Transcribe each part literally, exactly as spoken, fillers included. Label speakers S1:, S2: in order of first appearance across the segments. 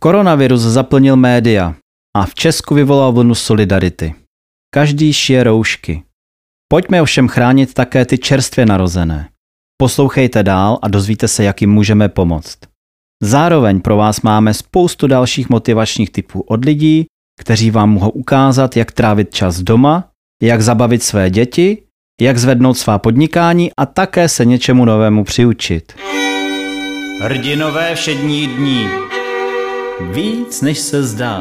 S1: Koronavirus zaplnil média a v Česku vyvolal vlnu solidarity. Každý šije roušky. Pojďme ovšem chránit také ty čerstvě narozené. Poslouchejte dál a dozvíte se, jak jim můžeme pomoct. Zároveň pro vás máme spoustu dalších motivačních tipů od lidí, kteří vám mohou ukázat, jak trávit čas doma, jak zabavit své děti, jak zvednout svá podnikání a také se něčemu novému přiučit. Hrdinové všední dní. Víc, než se zdá.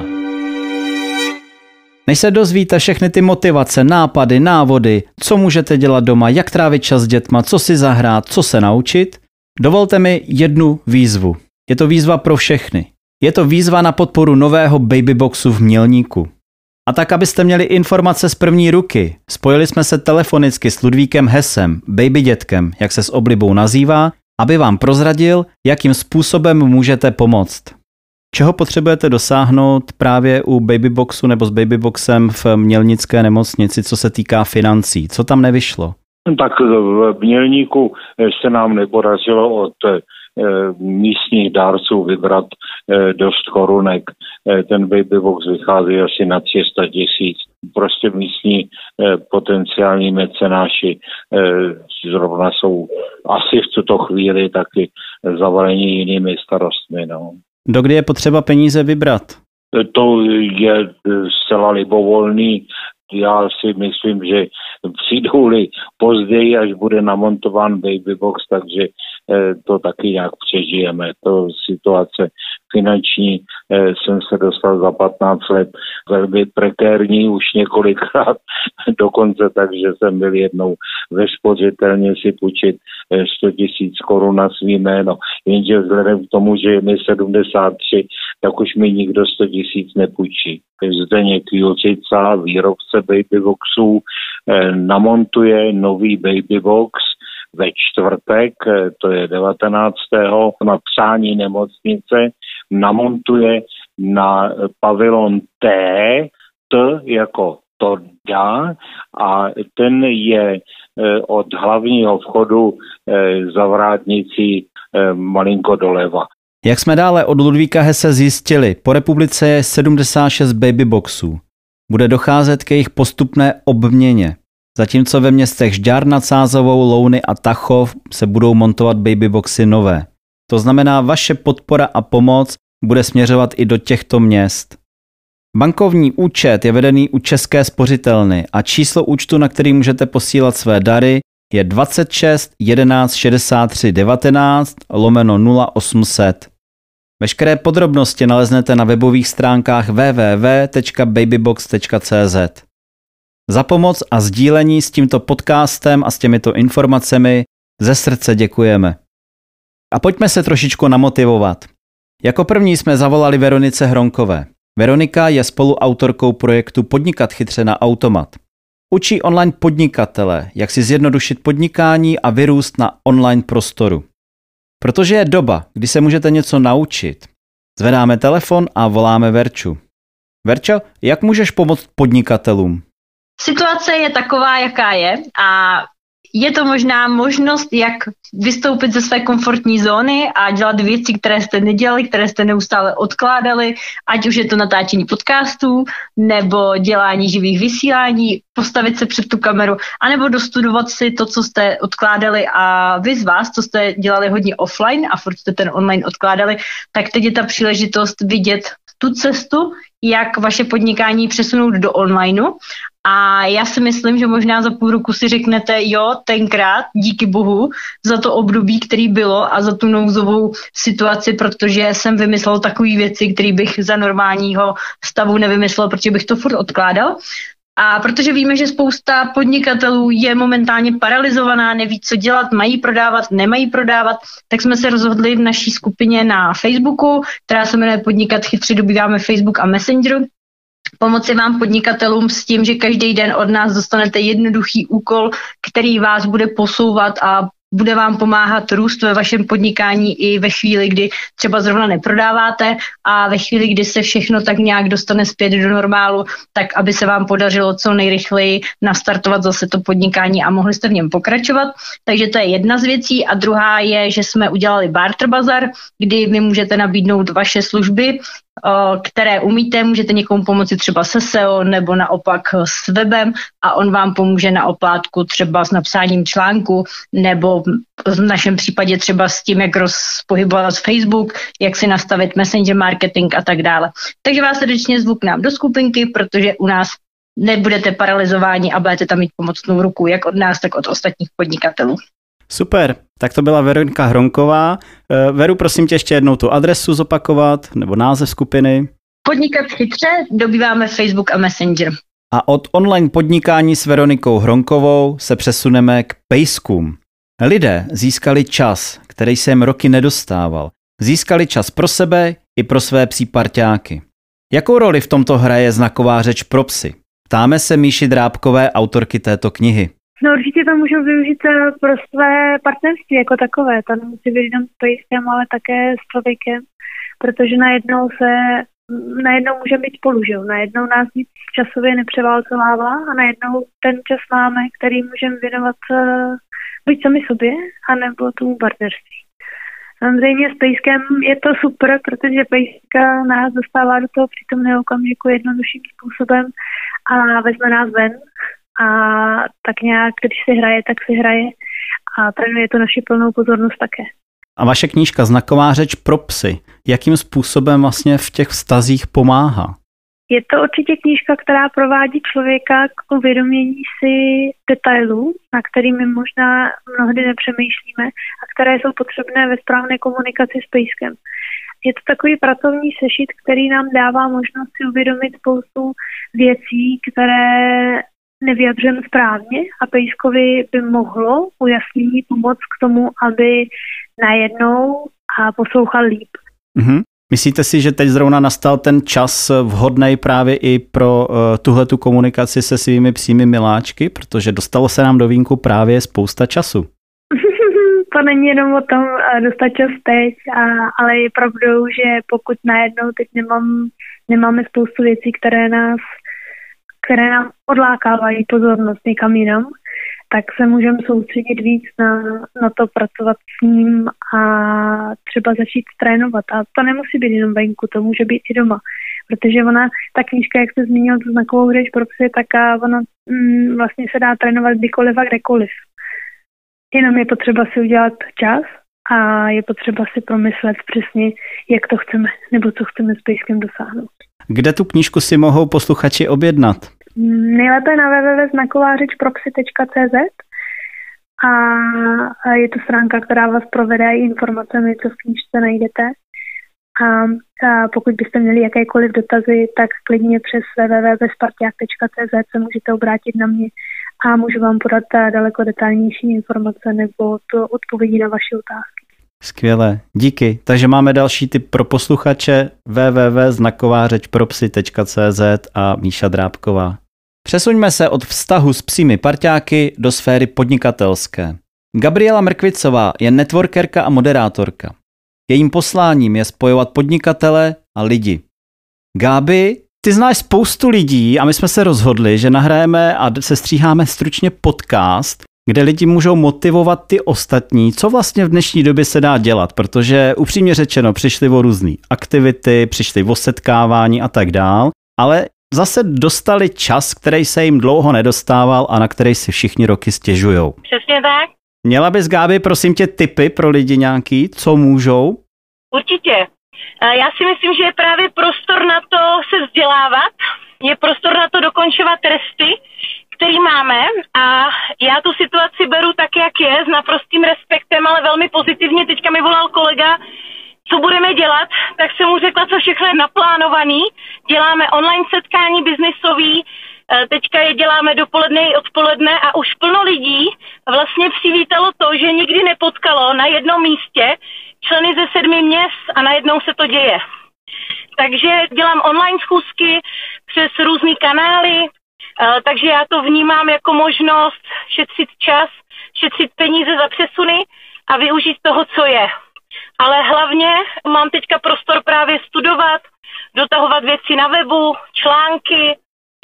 S1: Než se dozvíte všechny ty motivace, nápady, návody, co můžete dělat doma, jak trávit čas s dětma, co si zahrát, co se naučit, dovolte mi jednu výzvu. Je to výzva pro všechny. Je to výzva na podporu nového babyboxu v Mělníku. A tak, abyste měli informace z první ruky, spojili jsme se telefonicky s Ludvíkem Hesem, babydětkem, jak se s oblibou nazývá, aby vám prozradil, jakým způsobem můžete pomoct. Čeho potřebujete dosáhnout právě u babyboxu nebo s babyboxem v Mělnické nemocnici, co se týká financí? Co tam nevyšlo?
S2: Tak v Mělníku se nám nepodařilo od místních dárců vybrat dost korunek. Ten babybox vychází asi na tři sta tisíc. Prostě místní potenciální mecenáši zrovna jsou asi v tuto chvíli taky zavaleni jinými starostmi. No.
S1: Dokdy je potřeba peníze vybrat?
S2: To je zcela libovolný. Já si myslím, že přijdou-li později, až bude namontován babybox, takže to taky nějak přežijeme. To situace finanční jsem se dostal za patnáct let velmi prekérní už několikrát dokonce, takže jsem byl jednou ve spořitelně si půjčit sto tisíc korun na svý jméno. Jenže vzhledem k tomu, že je mi sedmdesát tři, tak už mi nikdo sto tisíc nepůjčí. Zdeněk Juřica, výrobce babyboxů, namontuje nový babybox ve čtvrtek, to je devatenáctého na přání nemocnice, namontuje na pavilon T, T jako Toda, a ten je od hlavního vchodu za vrátnicí malinko doleva.
S1: Jak jsme dále od Ludvíka Hese zjistili, po republice je sedmdesát šest babyboxů. Bude docházet k jejich postupné obměně. Zatímco ve městech Žďár nad Sázavou, Louny a Tachov se budou montovat babyboxy nové. To znamená, vaše podpora a pomoc bude směřovat i do těchto měst. Bankovní účet je vedený u České spořitelny a číslo účtu, na který můžete posílat své dary, je dvacet šest jedenáct šedesát tři devatenáct lomeno nula osm set. Veškeré podrobnosti naleznete na webových stránkách w w w tečka babybox tečka c z. Za pomoc a sdílení s tímto podcastem a s těmito informacemi ze srdce děkujeme. A pojďme se trošičku namotivovat. Jako první jsme zavolali Veronice Hronkové. Veronika je spoluautorkou projektu Podnikat chytře na automat. Učí online podnikatele, jak si zjednodušit podnikání a vyrůst na online prostoru. Protože je doba, kdy se můžete něco naučit, zvedáme telefon a voláme Verču. Verčo, jak můžeš pomoct podnikatelům?
S3: Situace je taková, jaká je, a je to možná možnost, jak vystoupit ze své komfortní zóny a dělat věci, které jste nedělali, které jste neustále odkládali, ať už je to natáčení podcastů, nebo dělání živých vysílání, postavit se před tu kameru, anebo dostudovat si to, co jste odkládali, a vy z vás, co jste dělali hodně offline a furt jste ten online odkládali, tak teď je ta příležitost vidět tu cestu, jak vaše podnikání přesunout do onlineu. A já si myslím, že možná za půl roku si řeknete, jo, tenkrát, díky bohu, za to období, který bylo a za tu nouzovou situaci, protože jsem vymyslel takové věci, které bych za normálního stavu nevymyslel, protože bych to furt odkládal. A protože víme, že spousta podnikatelů je momentálně paralizovaná, neví, co dělat, mají prodávat, nemají prodávat, tak jsme se rozhodli v naší skupině na Facebooku, která se jmenuje Podnikat chytře, dobýváme Facebook a Messenger, pomoci vám podnikatelům s tím, že každý den od nás dostanete jednoduchý úkol, který vás bude posouvat a bude vám pomáhat růst ve vašem podnikání i ve chvíli, kdy třeba zrovna neprodáváte, a ve chvíli, kdy se všechno tak nějak dostane zpět do normálu, tak aby se vám podařilo co nejrychleji nastartovat zase to podnikání a mohli jste v něm pokračovat. Takže to je jedna z věcí. A druhá je, že jsme udělali barter bazar, kdy vy můžete nabídnout vaše služby které umíte, můžete někomu pomoci třeba se S E O nebo naopak s webem a on vám pomůže na oplátku třeba s napsáním článku nebo v našem případě třeba s tím, jak rozpohybovat Facebook, jak si nastavit messenger marketing a tak dále. Takže vás srdečně zvu k nám do skupinky, protože u nás nebudete paralizováni a budete tam mít pomocnou ruku, jak od nás, tak od ostatních podnikatelů.
S1: Super, tak to byla Veronika Hronková. Veru, prosím tě ještě jednou tu adresu zopakovat, nebo název skupiny.
S3: Podnikat chytře dobýváme Facebook a Messenger.
S1: A od online podnikání s Veronikou Hronkovou se přesuneme k pejskům. Lidé získali čas, který se jim roky nedostával. Získali čas pro sebe i pro své psí parťáky. Jakou roli v tomto hraje znaková řeč pro psy? Ptáme se Míši Drábkové, autorky této knihy.
S4: No určitě to můžou využít pro své partnerství jako takové. To nemusí být jenom s pejskem, ale také s člověkem, protože najednou se, najednou můžeme být spolu, že jo? Najednou nás nic časově nepřeválcovává a najednou ten čas máme, který můžeme věnovat buď sami sobě, anebo tomu partnerství. Samozřejmě s pejskem je to super, protože pejska nás dostává do toho přítomného okamžiku jednodušším způsobem a vezme nás ven. A tak nějak, když si hraje, tak si hraje a trénuje to naši plnou pozornost také.
S1: A vaše knížka Znaková řeč pro psy, jakým způsobem vlastně v těch vztazích pomáhá?
S4: Je to určitě knížka, která provádí člověka k uvědomění si detailů, na kterými možná mnohdy nepřemýšlíme a které jsou potřebné ve správné komunikaci s pejskem. Je to takový pracovní sešit, který nám dává možnost si uvědomit spoustu věcí, které nevyjadřujeme správně a pejskovi by mohlo ujasnění pomoct k tomu, aby najednou a poslouchal líp.
S1: Mm-hmm. Myslíte si, že teď zrovna nastal ten čas vhodný právě i pro uh, tuhletu komunikaci se svými psími miláčky, protože dostalo se nám do vínku právě spousta času?
S4: To není jenom o tom dostat čas teď, a, ale je pravdou, že pokud najednou teď nemám, nemáme spoustu věcí, které nás které nám odlákávají pozornost někam jinam, tak se můžeme soustředit víc na, na to pracovat s ním a třeba začít trénovat. A to nemusí být jenom venku, to může být i doma. Protože ona, ta knížka, jak jste zmínil, tu znakovou řeč pro psy, tak ona mm, vlastně se dá trénovat kdykoliv a kdekoliv. Jenom je potřeba si udělat čas a je potřeba si promyslet přesně, jak to chceme, nebo co chceme s pejskem dosáhnout.
S1: Kde tu knížku si mohou posluchači objednat?
S4: Nejlépe na w w w tečka znaková řeč pro psy tečka c z a je to stránka, která vás provede i informacemi, co v knížce najdete. A, a pokud byste měli jakékoliv dotazy, tak klidně přes w w w tečka sparťák tečka c z se můžete obrátit na mě a můžu vám podat daleko detailnější informace nebo to odpovědi na vaše otázky.
S1: Skvěle, díky. Takže máme další tip pro posluchače w w w tečka znaková řeč pro psy tečka c z a Míša Drábková. Přesuňme se od vztahu s psími parťáky do sféry podnikatelské. Gabriela Mrkvicová je networkerka a moderátorka. Jejím posláním je spojovat podnikatele a lidi. Gábi, ty znáš spoustu lidí a my jsme se rozhodli, že nahrajeme a sestříháme stručně podcast, kde lidi můžou motivovat ty ostatní, co vlastně v dnešní době se dá dělat, protože upřímně řečeno přišli o různé aktivity, přišli o setkávání a tak dál, ale zase dostali čas, který se jim dlouho nedostával a na který si všichni roky stěžujou.
S5: Přesně tak.
S1: Měla bys, Gábi, prosím tě, tipy pro lidi nějaký, co můžou?
S5: Určitě. Já si myslím, že je právě prostor na to se vzdělávat, je prostor na to dokončovat testy, který máme, a já tu situaci beru tak, jak je, s naprostým respektem, ale velmi pozitivně. Teďka mi volal kolega, co budeme dělat, tak jsem mu řekla, co všechno je naplánovaný. Děláme online setkání biznisový, teďka je děláme dopoledne i odpoledne a už plno lidí vlastně přivítalo to, že nikdy nepotkalo na jednom místě členy ze sedmi měst a najednou se to děje. Takže dělám online schůzky přes různý kanály, takže já to vnímám jako možnost šetřit čas, šetřit peníze za přesuny a využít toho, co je. Ale hlavně mám teďka prostor právě studovat, dotahovat věci na webu, články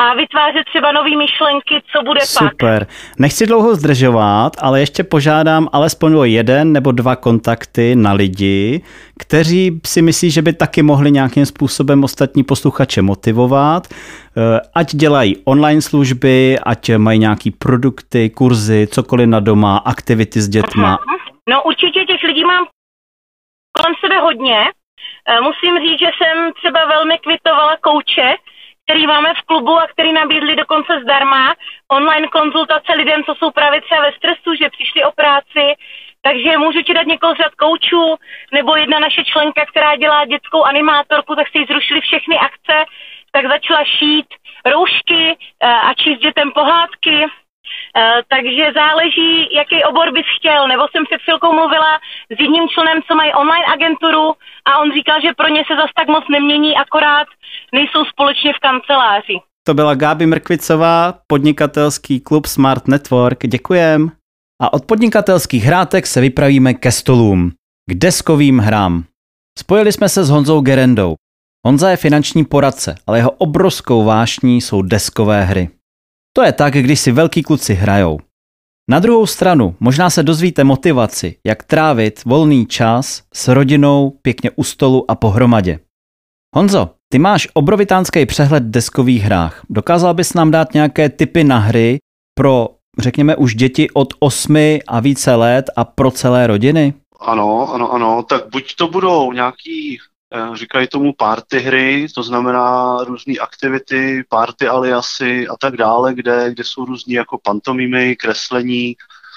S5: a vytvářet třeba nové myšlenky, co bude
S1: Super.
S5: pak.
S1: Super. Nechci dlouho zdržovat, ale ještě požádám alespoň o jeden nebo dva kontakty na lidi, kteří si myslí, že by taky mohli nějakým způsobem ostatní posluchače motivovat, ať dělají online služby, ať mají nějaký produkty, kurzy, cokoliv na doma, aktivity s dětma.
S5: No určitě těch lidí mám kolem sebe hodně. Musím říct, že jsem třeba velmi kvitovala kouče, který máme v klubu a který nabídli dokonce zdarma online konzultace lidem, co jsou právě třeba ve stresu, že přišli o práci, takže můžu ti dát někoho z řad koučů, nebo jedna naše členka, která dělá dětskou animátorku, tak si jí zrušili všechny akce, tak začala šít roušky a číst dětem pohádky. Takže záleží, jaký obor bys chtěl, nebo jsem před chvilkou mluvila s jedním členem, co mají online agenturu a on říkal, že pro ně se zas tak moc nemění, akorát nejsou společně v kanceláři.
S1: To byla Gáby Mrkvicová, podnikatelský klub Smart Network. Děkujem. A od podnikatelských hrátek se vypravíme ke stolům, k deskovým hrám. Spojili jsme se s Honzou Gerendou. Honza je finanční poradce, ale jeho obrovskou vášní jsou deskové hry. To je tak, když si velký kluci hrajou. Na druhou stranu možná se dozvíte motivaci, jak trávit volný čas s rodinou pěkně u stolu a pohromadě. Honzo, ty máš obrovitánský přehled deskových hrách. Dokázal bys nám dát nějaké tipy na hry pro, řekněme, už děti od osmi a více let a pro celé rodiny?
S6: Ano, ano, ano. Tak buď to budou nějaký, říkají tomu party hry, to znamená různé aktivity, party aliasy a tak dále, kde, kde jsou různý jako pantomimy, kreslení,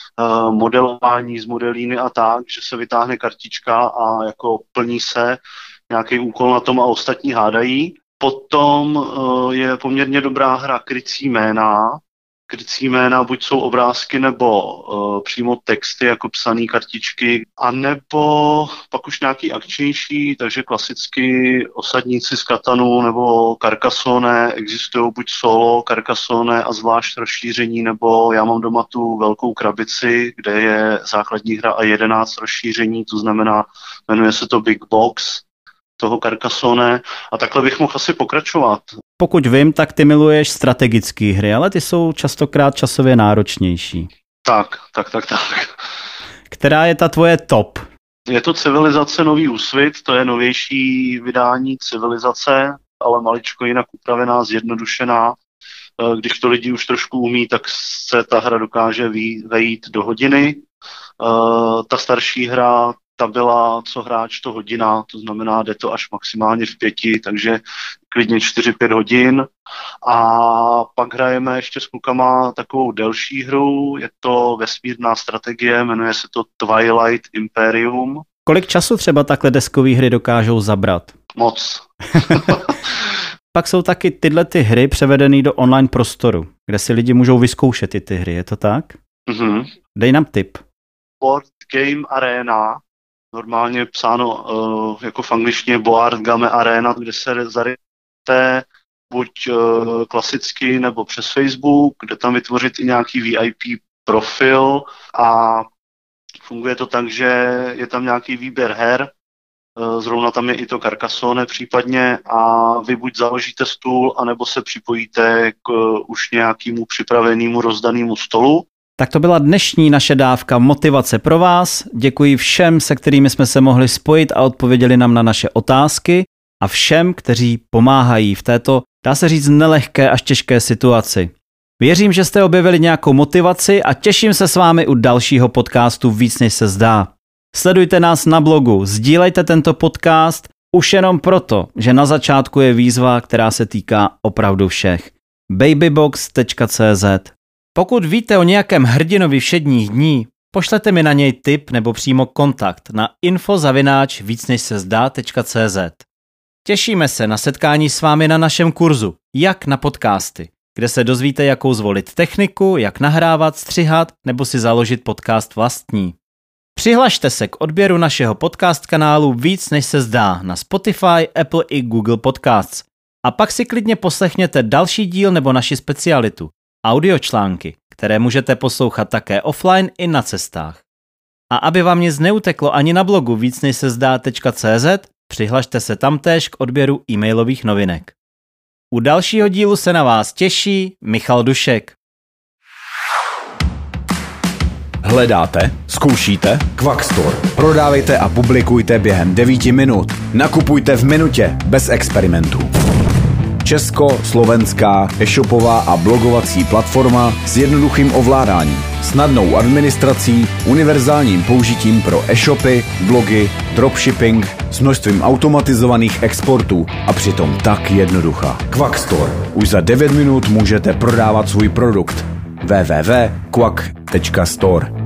S6: modelování z modelíny a tak, že se vytáhne kartička a jako plní se nějaký úkol na tom a ostatní hádají. Potom je poměrně dobrá hra krycí jména. Krycí jména buď jsou obrázky nebo uh, přímo texty jako psané kartičky, anebo pak už nějaký akčnější, takže klasicky osadníci z Katanu nebo Carcassonne, existují buď solo, Carcassonne a zvlášť rozšíření, nebo já mám doma tu velkou krabici, kde je základní hra a jedenáct rozšíření, to znamená, jmenuje se to Big Box toho Carcassonne a takhle bych mohl asi pokračovat.
S1: Pokud vím, tak ty miluješ strategické hry, ale ty jsou častokrát časově náročnější.
S6: Tak, tak, tak, tak.
S1: Která je ta tvoje top?
S6: Je to Civilizace Nový úsvit, to je novější vydání Civilizace, ale maličko jinak upravená, zjednodušená. Když to lidi už trošku umí, tak se ta hra dokáže vejít do hodiny. Ta starší hra, ta byla co hráč to hodina, to znamená, jde to až maximálně v pěti, takže klidně čtyři pět hodin. A pak hrajeme ještě s klukama takovou delší hru, je to vesmírná strategie, jmenuje se to Twilight Imperium.
S1: Kolik času třeba takhle deskové hry dokážou zabrat?
S6: Moc.
S1: Pak jsou taky tyhle ty hry převedené do online prostoru, kde si lidi můžou vyzkoušet i ty hry, je to tak?
S6: Mm-hmm.
S1: Dej nám tip.
S6: Board Game Arena, normálně psáno uh, jako v angličtině Board Game Arena, kde se zaryjete buď uh, klasicky nebo přes Facebook, kde tam vytvořit i nějaký V I P profil a funguje to tak, že je tam nějaký výběr her, uh, zrovna tam je i to Carcassonne případně a vy buď založíte stůl, anebo se připojíte k uh, už nějakému připravenému rozdanému stolu.
S1: Tak to byla dnešní naše dávka motivace pro vás. Děkuji všem, se kterými jsme se mohli spojit a odpověděli nám na naše otázky a všem, kteří pomáhají v této, dá se říct, nelehké až těžké situaci. Věřím, že jste objevili nějakou motivaci a těším se s vámi u dalšího podcastu Víc než se zdá. Sledujte nás na blogu, sdílejte tento podcast už jenom proto, že na začátku je výzva, která se týká opravdu všech. babybox tečka cé zet. Pokud víte o nějakém hrdinovi všedních dní, pošlete mi na něj tip nebo přímo kontakt na info zavináč víc než se zdá tečka cé zet. Těšíme se na setkání s vámi na našem kurzu Jak na podcasty, kde se dozvíte, jakou zvolit techniku, jak nahrávat, střihat nebo si založit podcast vlastní. Přihlašte se k odběru našeho podcast kanálu Víc než se zdá na Spotify, Apple i Google Podcasts. A pak si klidně poslechněte další díl nebo naši specialitu, audiočlánky, které můžete poslouchat také offline i na cestách. A aby vám nic neuteklo ani na blogu víc než se zdá tečka cé zet, přihlašte se tamtéž k odběru e-mailových novinek. U dalšího dílu se na vás těší Michal Dušek.
S7: Hledáte? Zkoušíte? Quackstore. Prodávejte a publikujte během devíti minut. Nakupujte v minutě, bez experimentů. Česko-slovenská e-shopová a blogovací platforma s jednoduchým ovládáním, snadnou administrací, univerzálním použitím pro e-shopy, blogy, dropshipping s množstvím automatizovaných exportů a přitom tak jednoduchá. Quackstore. Už za devět minut můžete prodávat svůj produkt. w w w tečka quack tečka store